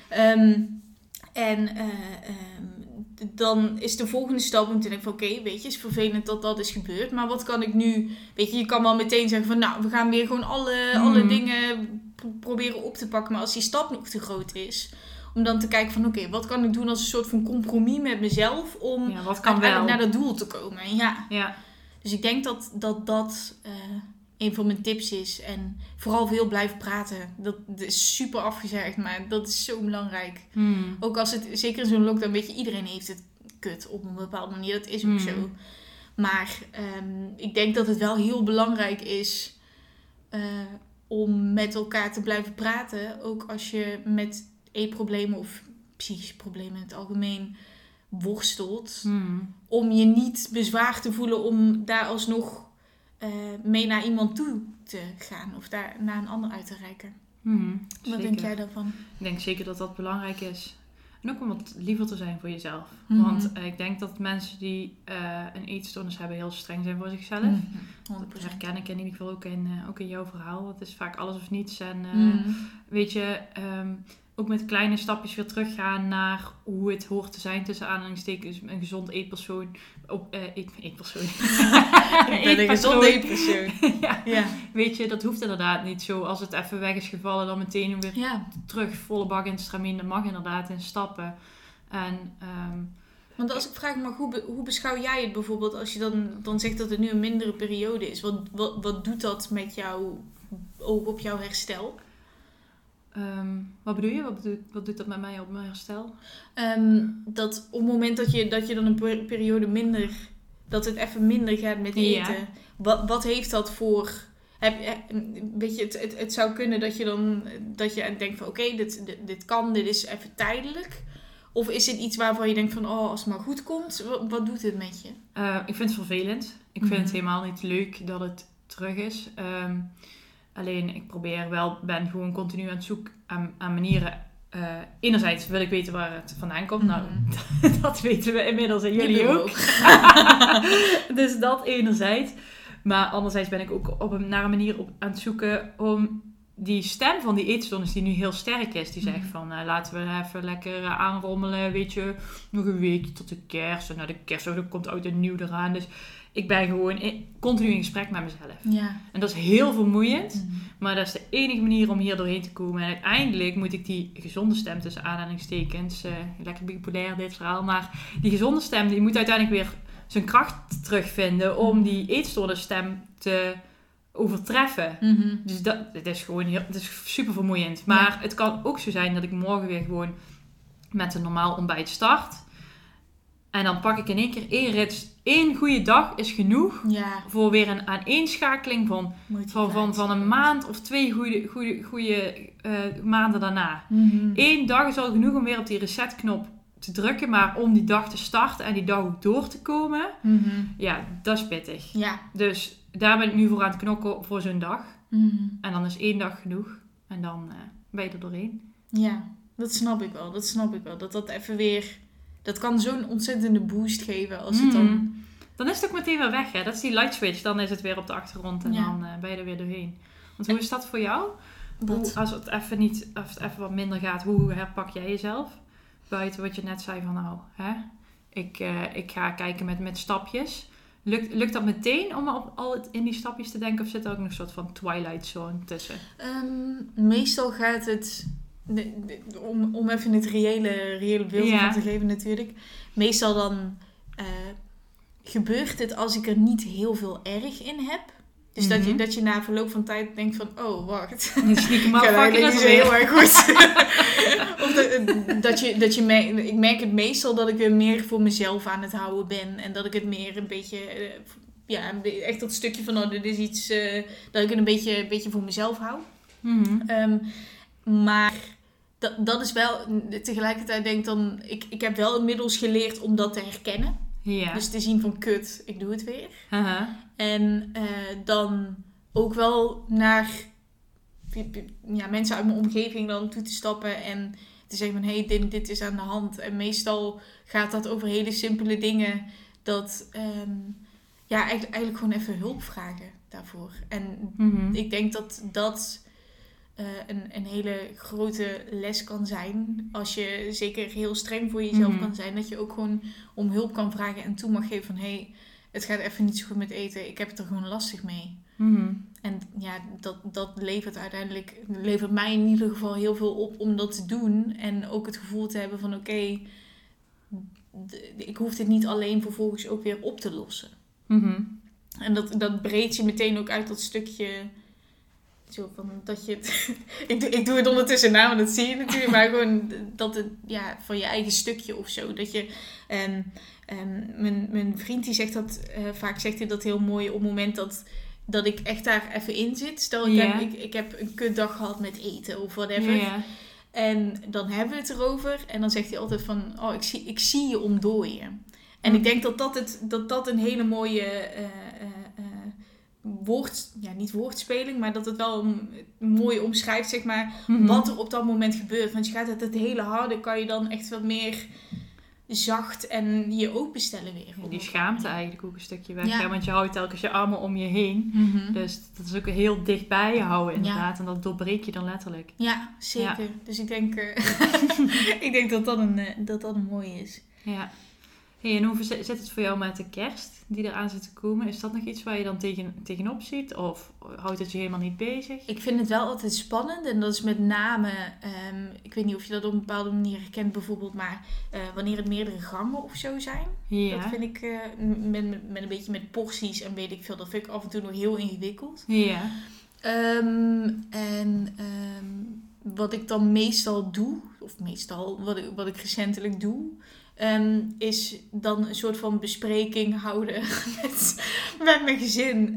Dan is de volgende stap om te denken van... Oké, weet je, het is vervelend dat is gebeurd. Maar wat kan ik nu... Weet je kan wel meteen zeggen van... Nou, we gaan weer gewoon alle dingen proberen op te pakken. Maar als die stap nog te groot is... Om dan te kijken van... Oké, wat kan ik doen als een soort van compromis met mezelf... Om naar dat doel te komen. Ja. Dus ik denk dat een van mijn tips is. En vooral veel blijven praten. Dat is super afgezegd, maar dat is zo belangrijk. Ook als het, zeker in zo'n lockdown, weet je, iedereen heeft het kut op een bepaalde manier. Dat is ook zo. Maar ik denk dat het wel heel belangrijk is om met elkaar te blijven praten. Ook als je met eetproblemen of psychische problemen in het algemeen worstelt. Om je niet bezwaar te voelen om daar alsnog mee naar iemand toe te gaan. Of daar naar een ander uit te reiken. Wat denk jij daarvan? Ik denk zeker dat dat belangrijk is. En ook om wat liever te zijn voor jezelf. Want ik denk dat mensen die een eetstoornis hebben heel streng zijn voor zichzelf. 100%. Dat herken ik in ieder geval ook in jouw verhaal. Het is vaak alles of niets. En weet je... ook met kleine stapjes weer teruggaan naar hoe het hoort te zijn tussen aanhalingstekens. Een gezond eetpersoon. Eetpersoon. Ik ben een gezond eetpersoon. Ja. Weet je, dat hoeft inderdaad niet zo. Als het even weg is gevallen, dan meteen weer terug volle bak in stramien. Dan mag inderdaad in stappen. En... Want als ik vraag mag, hoe beschouw jij het bijvoorbeeld als je dan zegt dat het nu een mindere periode is? Wat doet dat met jou, ook op jouw herstel? Wat bedoel je? Wat doet dat met mij op mijn herstel? Dat op het moment dat je dan een periode minder... Dat het even minder gaat met eten. Ja. Wat heeft dat voor... Weet je, het zou kunnen dat je denkt van... Oké, dit kan, dit is even tijdelijk. Of is het iets waarvan je denkt van... als het maar goed komt, wat doet het met je? Ik vind het vervelend. Ik vind het helemaal niet leuk dat het terug is. Alleen ik ben gewoon continu aan het zoeken aan manieren. Enerzijds wil ik weten waar het vandaan komt. Nou, dat weten we inmiddels en jullie ook. Dus dat enerzijds. Maar anderzijds ben ik ook naar een manier aan het zoeken om die stem van die eetstoornis die nu heel sterk is, die zegt van laten we even lekker aanrommelen, weet je, nog een weekje tot de kerst. En na de kerst, dan komt oud en nieuw eraan. Dus ik ben gewoon continu in gesprek met mezelf. Ja. En dat is heel vermoeiend, maar dat is de enige manier om hier doorheen te komen. En uiteindelijk moet ik die gezonde stem tussen aanhalingstekens, lekker bipolair dit verhaal, maar die gezonde stem die moet uiteindelijk weer zijn kracht terugvinden om die eetstoornisstem te overtreffen. Dus het is gewoon het is super vermoeiend. Maar het kan ook zo zijn dat ik morgen weer gewoon met een normaal ontbijt start. En dan pak ik in één keer 1 rit. 1 goede dag is genoeg voor weer een aaneenschakeling van een maand of 2 goede maanden daarna. 1 dag is al genoeg om weer op die resetknop te drukken, maar om die dag te starten en die dag ook door te komen, ja, dat is pittig. Ja. Dus daar ben ik nu voor aan het knokken voor zo'n dag. En dan is 1 dag genoeg. En dan ben je er doorheen. Ja, dat snap ik wel. Dat even weer... Dat kan zo'n ontzettende boost geven als het dan... Dan is het ook meteen weer weg, hè. Dat is die light switch. Dan is het weer op de achtergrond en dan ben je er weer doorheen. Want hoe is dat voor jou? Als het even wat minder gaat, hoe herpak jij jezelf? Buiten wat je net zei van, nou, hè, ik ga kijken met stapjes. Lukt dat meteen om al in die stapjes te denken? Of zit er ook nog een soort van twilight zone tussen? Meestal gaat het... Om even het reële beeld van te geven natuurlijk. Meestal dan gebeurt het als ik er niet heel veel erg in heb. Dus dat je na verloop van tijd denkt van... Oh, wacht. Ik heel erg goed. Of ik merk het meestal dat ik weer meer voor mezelf aan het houden ben. En dat ik het meer een beetje... echt dat stukje van... Oh, dit is iets... dat ik het een beetje voor mezelf hou. Maar... Dat is wel... Tegelijkertijd denk ik dan... Ik heb wel inmiddels geleerd om dat te herkennen. Ja. Dus te zien van kut, ik doe het weer. En dan ook wel naar mensen uit mijn omgeving dan toe te stappen en te zeggen van hey, dit is aan de hand. En meestal gaat dat over hele simpele dingen dat eigenlijk gewoon even hulp vragen daarvoor. En ik denk dat een hele grote les kan zijn. Als je zeker heel streng voor jezelf kan zijn. Dat je ook gewoon om hulp kan vragen en toe mag geven van... Hey, het gaat even niet zo goed met eten. Ik heb het er gewoon lastig mee. En ja, dat levert mij in ieder geval heel veel op om dat te doen. En ook het gevoel te hebben van oké, ik hoef dit niet alleen vervolgens ook weer op te lossen. En dat breekt je meteen ook uit dat stukje... Zo van dat je het... ik doe het ondertussen na, want dat zie je natuurlijk. Maar gewoon dat het van je eigen stukje of zo. Dat je... mijn vriend die zegt dat... vaak zegt hij dat heel mooi op het moment dat ik echt daar even in zit. Stel, ik heb een kutdag gehad met eten of whatever. Yeah. En dan hebben we het erover. En dan zegt hij altijd van... Oh, ik zie je ontdooien. En ik denk dat een hele mooie... niet woordspeling, maar dat het wel mooi omschrijft, zeg maar, wat er op dat moment gebeurt. Want je gaat het hele harde, kan je dan echt wat meer zacht en je openstellen weer. Ja, die schaamte eigenlijk ook een stukje weg. Ja. Want je houdt telkens je armen om je heen. Dus dat is ook heel dichtbij je houden inderdaad. Ja. En dat doorbreek je dan letterlijk. Ja, zeker. Ja. Dus ik denk, ik denk dat een mooie is. Ja. Hey, en hoe zit het voor jou met de kerst die eraan zit te komen? Is dat nog iets waar je dan tegenop ziet? Of houdt het je helemaal niet bezig? Ik vind het wel altijd spannend. En dat is met name... ik weet niet of je dat op een bepaalde manier herkent bijvoorbeeld. Maar wanneer het meerdere gangen of zo zijn. Ja. Dat vind ik met een beetje met porties en weet ik veel. Dat vind ik af en toe nog heel ingewikkeld. Ja. Wat ik dan meestal doe... Of meestal wat ik recentelijk doe... is dan een soort van bespreking houden met mijn gezin.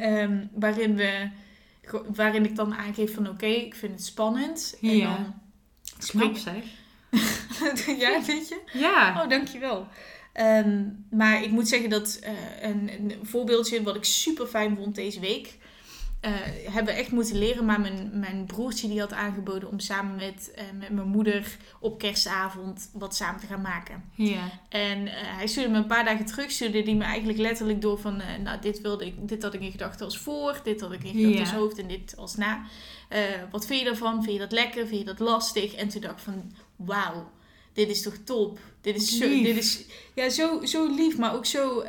Waarin ik dan aangeef van oké, ik vind het spannend. En dan knap zeg. Ja, weet je? Ja. Oh, dankjewel. Maar ik moet zeggen dat een voorbeeldje wat ik super fijn vond deze week... hebben echt moeten leren. Maar mijn broertje die had aangeboden om samen met mijn moeder op kerstavond wat samen te gaan maken. Ja. En hij stuurde me een paar dagen terug, stuurde die me eigenlijk letterlijk door van, dit had ik in gedachten als voor, dit had ik in gedachten als hoofd en dit als na. Wat vind je daarvan? Vind je dat lekker? Vind je dat lastig? En toen dacht ik van, wauw, dit is toch top. Dit is zo lief, maar ook zo,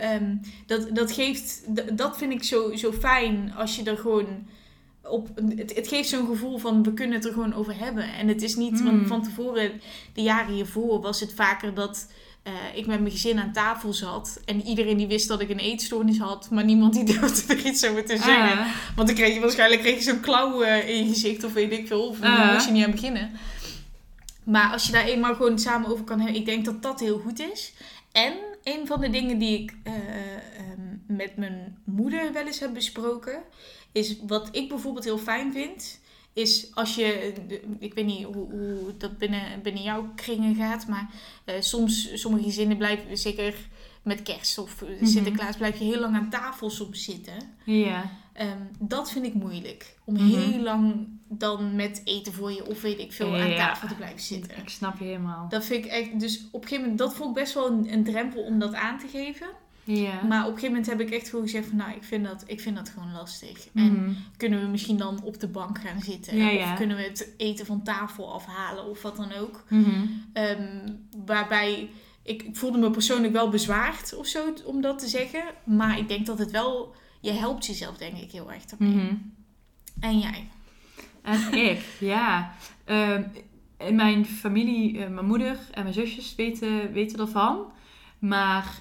dat vind ik zo fijn als je er gewoon het geeft zo'n gevoel van, we kunnen het er gewoon over hebben. En het is niet, want van tevoren, de jaren hiervoor, was het vaker dat ik met mijn gezin aan tafel zat. En iedereen die wist dat ik een eetstoornis had. Maar niemand die durfde er iets over te zeggen. Want dan kreeg je zo'n klauw in je gezicht. Of weet ik veel. Of dan moest je niet aan beginnen. Maar als je daar eenmaal gewoon samen over kan hebben. Ik denk dat dat heel goed is. En een van de dingen die ik met mijn moeder wel eens heb besproken. Is wat ik bijvoorbeeld heel fijn vind. Is als je, ik weet niet hoe dat binnen jouw kringen gaat, maar sommige gezinnen blijven, zeker met kerst of Sinterklaas, blijf je heel lang aan tafel soms zitten. Ja. Dat vind ik moeilijk. Om heel lang dan met eten voor je of weet ik veel aan tafel te blijven zitten. Ik snap je helemaal. Dat vind ik echt, dus op een gegeven moment, dat vond ik best wel een drempel om dat aan te geven. Ja. Maar op een gegeven moment heb ik echt gewoon gezegd van, nou, ik vind dat gewoon lastig. En kunnen we misschien dan op de bank gaan zitten? Of kunnen we het eten van tafel afhalen of wat dan ook? Waarbij ik voelde me persoonlijk wel bezwaard of zo om dat te zeggen. Maar ik denk dat het wel, je helpt jezelf denk ik heel erg daarmee. En jij? En ik, ja. In mijn familie, mijn moeder en mijn zusjes weten ervan. Maar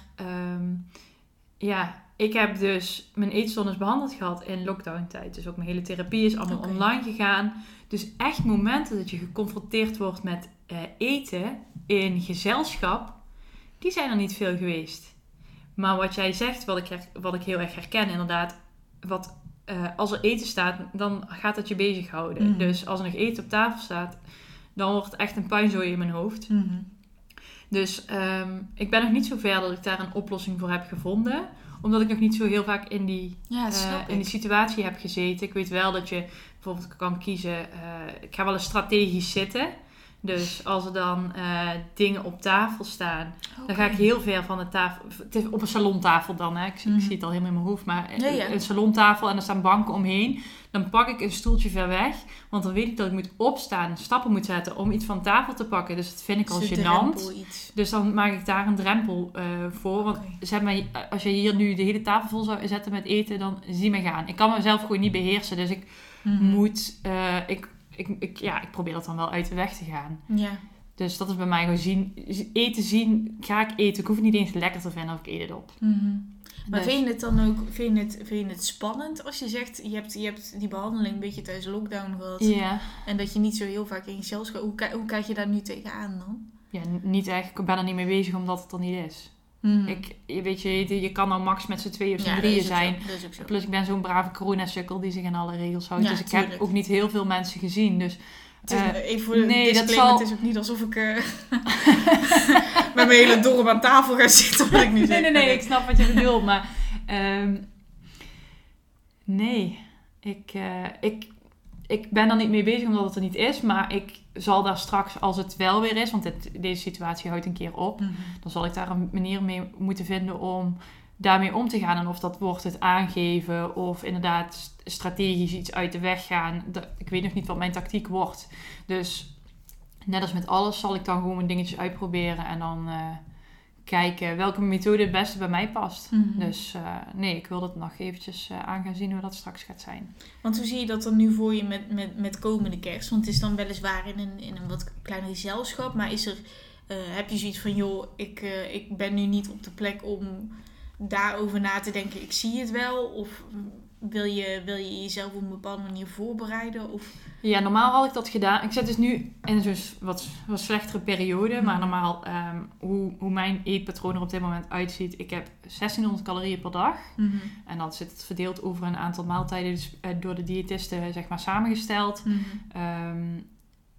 ik heb dus mijn eetstoornis behandeld gehad in lockdown-tijd. Dus ook mijn hele therapie is allemaal online gegaan. Dus echt momenten dat je geconfronteerd wordt met eten in gezelschap, die zijn er niet veel geweest. Maar wat jij zegt, wat ik heel erg herken inderdaad, als er eten staat, dan gaat dat je bezighouden. Dus als er nog eten op tafel staat, dan wordt het echt een puinzooi in mijn hoofd. Dus ik ben nog niet zo ver dat ik daar een oplossing voor heb gevonden. Omdat ik nog niet zo heel vaak in die situatie heb gezeten. Ik weet wel dat je bijvoorbeeld kan kiezen. Ik ga wel eens strategisch zitten. Dus als er dan dingen op tafel staan, dan ga ik heel ver van de tafel. Het is op een salontafel dan, hè. Ik zie het al helemaal in mijn hoofd. Maar een salontafel en er staan banken omheen. Dan pak ik een stoeltje ver weg. Want dan weet ik dat ik moet opstaan, stappen moet zetten om iets van tafel te pakken. Dus dat vind ik al gênant. Dus dan maak ik daar een drempel voor. Want zeg maar, als je hier nu de hele tafel vol zou zetten met eten, dan zie me gaan. Ik kan mezelf gewoon niet beheersen. Dus ik moet... Ik probeer dat dan wel uit de weg te gaan. Ja. Dus dat is bij mij gewoon zien. Ga ik eten. Ik hoef het niet eens lekker te vinden of ik eet het op. Maar dus. Vind je het dan ook, vind je het spannend als je zegt, je hebt die behandeling een beetje tijdens lockdown gehad. Ja. En dat je niet zo heel vaak in jezelf gaat. Hoe kijk je daar nu tegenaan dan? Ja, niet echt. Ik ben er niet mee bezig omdat het er niet is. Je kan nou max met z'n tweeën of z'n drieën zijn. Plus ik ben zo'n brave corona-sukkel die zich aan alle regels houdt. Dus ik heb ook niet heel veel mensen gezien. Dus, even voor de disclaimer, het is ook niet alsof ik met mijn hele dorp aan tafel ga zitten. Wat ik nu zeg. Nee, ik snap wat je bedoelt. Maar ik ben er niet mee bezig omdat het er niet is. Maar ik zal daar straks, als het wel weer is, want deze situatie houdt een keer op. Dan zal ik daar een manier mee moeten vinden om daarmee om te gaan. En of dat wordt het aangeven of inderdaad strategisch iets uit de weg gaan. Ik weet nog niet wat mijn tactiek wordt. Dus net als met alles zal ik dan gewoon mijn dingetjes uitproberen. En dan kijken welke methode het beste bij mij past. Dus ik wil dat nog eventjes aan gaan zien hoe dat straks gaat zijn. Want hoe zie je dat dan nu voor je met komende kerst? Want het is dan weliswaar in een wat kleiner gezelschap. Maar heb je zoiets van, joh, ik ben nu niet op de plek om daarover na te denken. Ik zie het wel. Of wil je jezelf op een bepaalde manier voorbereiden? Of... Ja, normaal had ik dat gedaan. Ik zit dus nu in zo'n wat slechtere periode. Maar normaal, hoe mijn eetpatroon er op dit moment uitziet. Ik heb 1600 calorieën per dag. En dan zit het verdeeld over een aantal maaltijden. Dus door de diëtisten zeg maar samengesteld.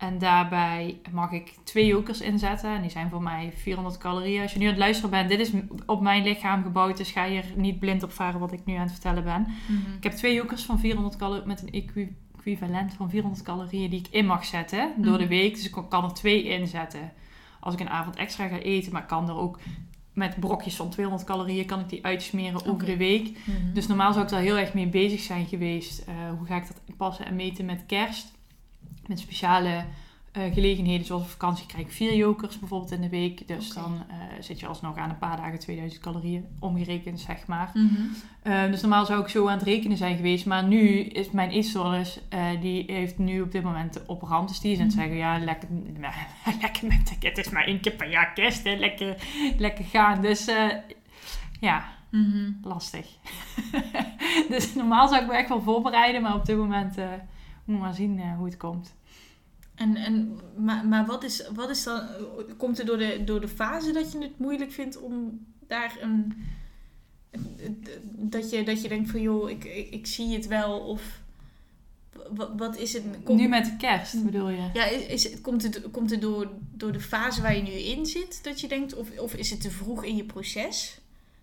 En daarbij mag ik 2 jokers inzetten. En die zijn voor mij 400 calorieën. Als je nu aan het luisteren bent, dit is op mijn lichaam gebouwd. Dus ga hier niet blind op varen wat ik nu aan het vertellen ben. Mhm. Ik heb 2 jokers van 400 calorieën met een equivalent van 400 calorieën die ik in mag zetten door de week. Dus ik kan er 2 inzetten als ik een avond extra ga eten. Maar ik kan er ook met brokjes van 200 calorieën kan ik die uitsmeren over de week. Mhm. Dus normaal zou ik daar heel erg mee bezig zijn geweest. Hoe ga ik dat passen en meten met kerst? Met speciale gelegenheden zoals op vakantie krijg ik 4 jokers bijvoorbeeld in de week. Dus dan zit je alsnog aan een paar dagen 2000 calorieën omgerekend, zeg maar. Mhm. Dus normaal zou ik zo aan het rekenen zijn geweest. Maar nu is mijn eetstoornis, die heeft nu op dit moment de operhand. Dus die is aan het zeggen, ja, lekker met het is maar 1 keer per jaar kerst, hè. Lekker gaan. Dus ja, lastig. Dus normaal zou ik me echt wel voorbereiden. Maar op dit moment moet maar zien hoe het komt. Maar wat is dan... Komt het door de fase dat je het moeilijk vindt om daar dat je denkt van joh, ik zie het wel of... Wat is het? Nu met de kerst bedoel je? Ja, komt het door de fase waar je nu in zit dat je denkt? Of is het te vroeg in je proces?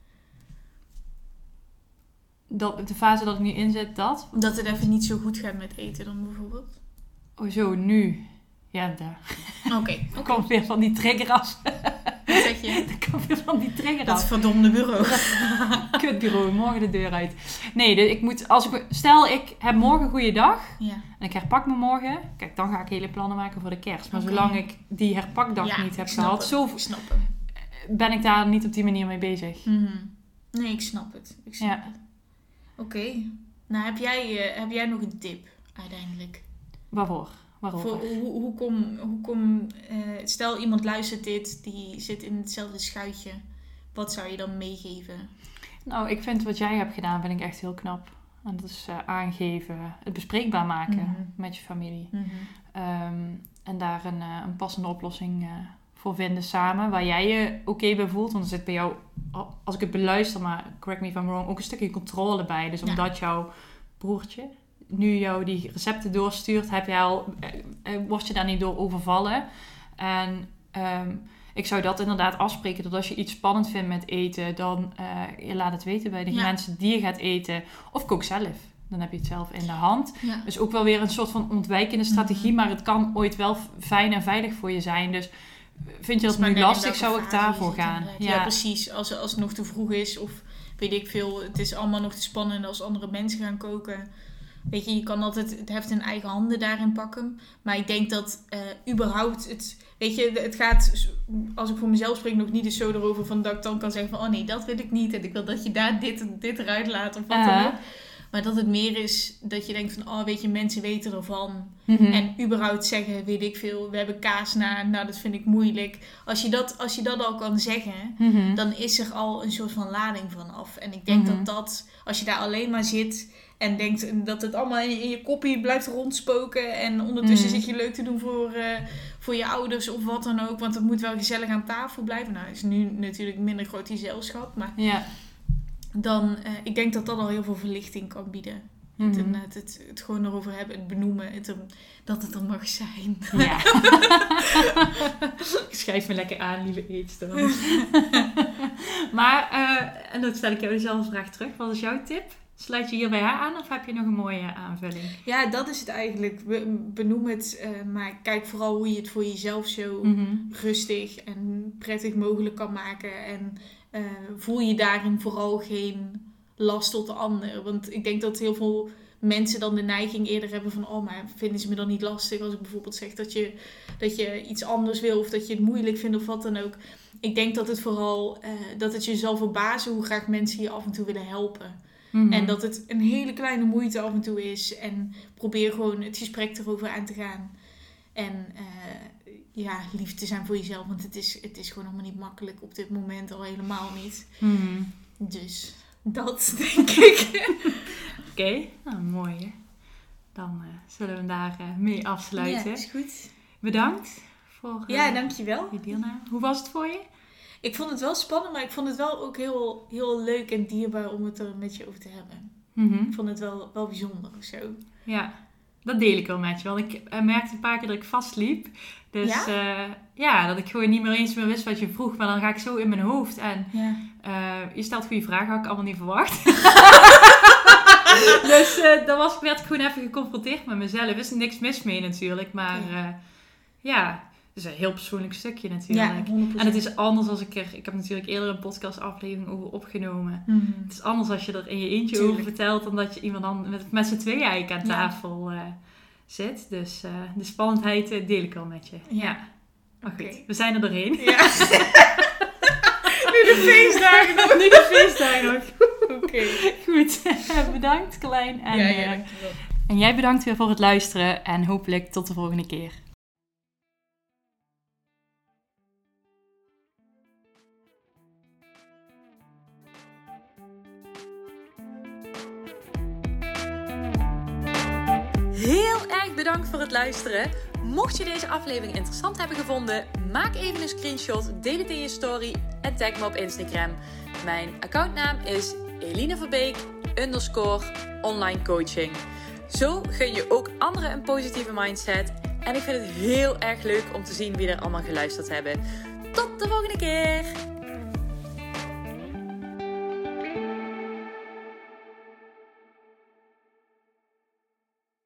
De fase dat ik nu in zit, dat? Dat het even niet zo goed gaat met eten dan bijvoorbeeld? Oh zo, nu. Ja, daar. Oké. Komt weer van die trigger af. Wat zeg je? Dat komt weer van die trigger Dat af. verdomde bureau. Kutbureau, morgen de deur uit. Nee, stel ik heb morgen een goede dag. Ja. En ik herpak me morgen. Kijk, dan ga ik hele plannen maken voor de kerst. Maar zolang ik die herpakdag niet heb gehad, ik snap hem. ben ik daar niet op die manier mee bezig. Mm-hmm. Nee, ik snap het. Ja. Oké. Nou, heb jij nog een tip uiteindelijk? Waarover? Voor, hoe kom stel iemand luistert dit, die zit in hetzelfde schuitje. Wat zou je dan meegeven? Nou, ik vind wat jij hebt gedaan, vind ik echt heel knap. En dat is aangeven, het bespreekbaar maken met je familie. Mm-hmm. En daar een passende oplossing voor vinden samen. Waar jij je oké bij voelt. Want er zit bij jou, als ik het beluister, maar correct me if I'm wrong, ook een stukje controle bij. Dus omdat jouw broertje nu jou die recepten doorstuurt, word je daar niet door overvallen. En ik zou dat inderdaad afspreken. Dat als je iets spannend vindt met eten, dan je laat het weten bij de mensen die je gaat eten. Of kook zelf. Dan heb je het zelf in de hand. Ja. Dus ook wel weer een soort van ontwijkende strategie. Maar het kan ooit wel fijn en veilig voor je zijn. Dus vind je dat nu lastig, zou ik daarvoor gaan. Ja, precies. Als het nog te vroeg is of weet ik veel. Het is allemaal nog te spannend als andere mensen gaan koken. Weet je kan altijd het heft in eigen handen daarin pakken. Maar ik denk dat überhaupt het gaat, als ik voor mezelf spreek, nog niet eens zo erover van dat ik dan kan zeggen van oh nee, dat wil ik niet. En ik wil dat je daar dit eruit laat of wat dan ook. Maar dat het meer is dat je denkt van oh weet je, mensen weten ervan. Mm-hmm. En überhaupt zeggen, weet ik veel, we hebben kaas na, nou dat vind ik moeilijk. Als je dat al kan zeggen, dan is er al een soort van lading vanaf. En ik denk dat als je daar alleen maar zit en denkt dat het allemaal in je koppie blijft rondspoken. En ondertussen zit je leuk te doen voor je ouders of wat dan ook. Want het moet wel gezellig aan tafel blijven. Nou, is nu natuurlijk minder groot gezelschap. Maar dan, ik denk dat al heel veel verlichting kan bieden. Het gewoon erover hebben, het benoemen. Dat het er mag zijn. Ja. Ik schrijf me lekker aan, lieve eetster. Maar, en dan stel ik jou dezelfde vraag terug. Wat is jouw tip? Sluit je hier bij haar aan of heb je nog een mooie aanvulling? Ja, dat is het eigenlijk. Benoem het, maar kijk vooral hoe je het voor jezelf zo rustig en prettig mogelijk kan maken. En voel je daarin vooral geen last tot de ander. Want ik denk dat heel veel mensen dan de neiging eerder hebben van oh, maar vinden ze me dan niet lastig als ik bijvoorbeeld zeg dat je iets anders wil of dat je het moeilijk vindt of wat dan ook. Ik denk dat het vooral dat het je zal verbazen hoe graag mensen je af en toe willen helpen. En dat het een hele kleine moeite af en toe is. En probeer gewoon het gesprek erover aan te gaan. En lief te zijn voor jezelf. Want het is gewoon allemaal niet makkelijk op dit moment. Al helemaal niet. Dus dat denk ik. Oké, nou mooi hè. Dan zullen we hem daar mee afsluiten. Ja, is goed. Bedankt voor dankjewel. je deelname. Hoe was het voor je? Ik vond het wel spannend, maar ik vond het wel ook heel, heel leuk en dierbaar om het er met je over te hebben. Ik vond het wel bijzonder of zo. Ja. Dat deel ik wel met je. Want ik merkte een paar keer dat ik vastliep. Dus dat ik gewoon niet meer eens meer wist wat je vroeg. Maar dan ga ik zo in mijn hoofd. En je stelt goede vragen, had ik allemaal niet verwacht. Dus werd ik gewoon even geconfronteerd met mezelf. Er is niks mis mee natuurlijk. Maar het is een heel persoonlijk stukje natuurlijk. Ja, 100%. En het is anders als ik heb natuurlijk eerder een podcastaflevering over opgenomen. Het is anders als je er in je eentje over vertelt. Dan dat je iemand dan met z'n tweeën eigenlijk aan tafel zit. Dus de spannendheid deel ik al met je. Ja. Maar goed, we zijn er doorheen. Ja. Nu de feestdagen nog. Nu de feestdagen nog. Oké. Goed, bedankt Carlijn. En, dankjewel. En jij bedankt weer voor het luisteren. En hopelijk tot de volgende keer. Heel erg bedankt voor het luisteren. Mocht je deze aflevering interessant hebben gevonden, maak even een screenshot, deel het in je story en tag me op Instagram. Mijn accountnaam is _onlinecoaching. Zo gun je ook anderen een positieve mindset. En ik vind het heel erg leuk om te zien wie er allemaal geluisterd hebben. Tot de volgende keer!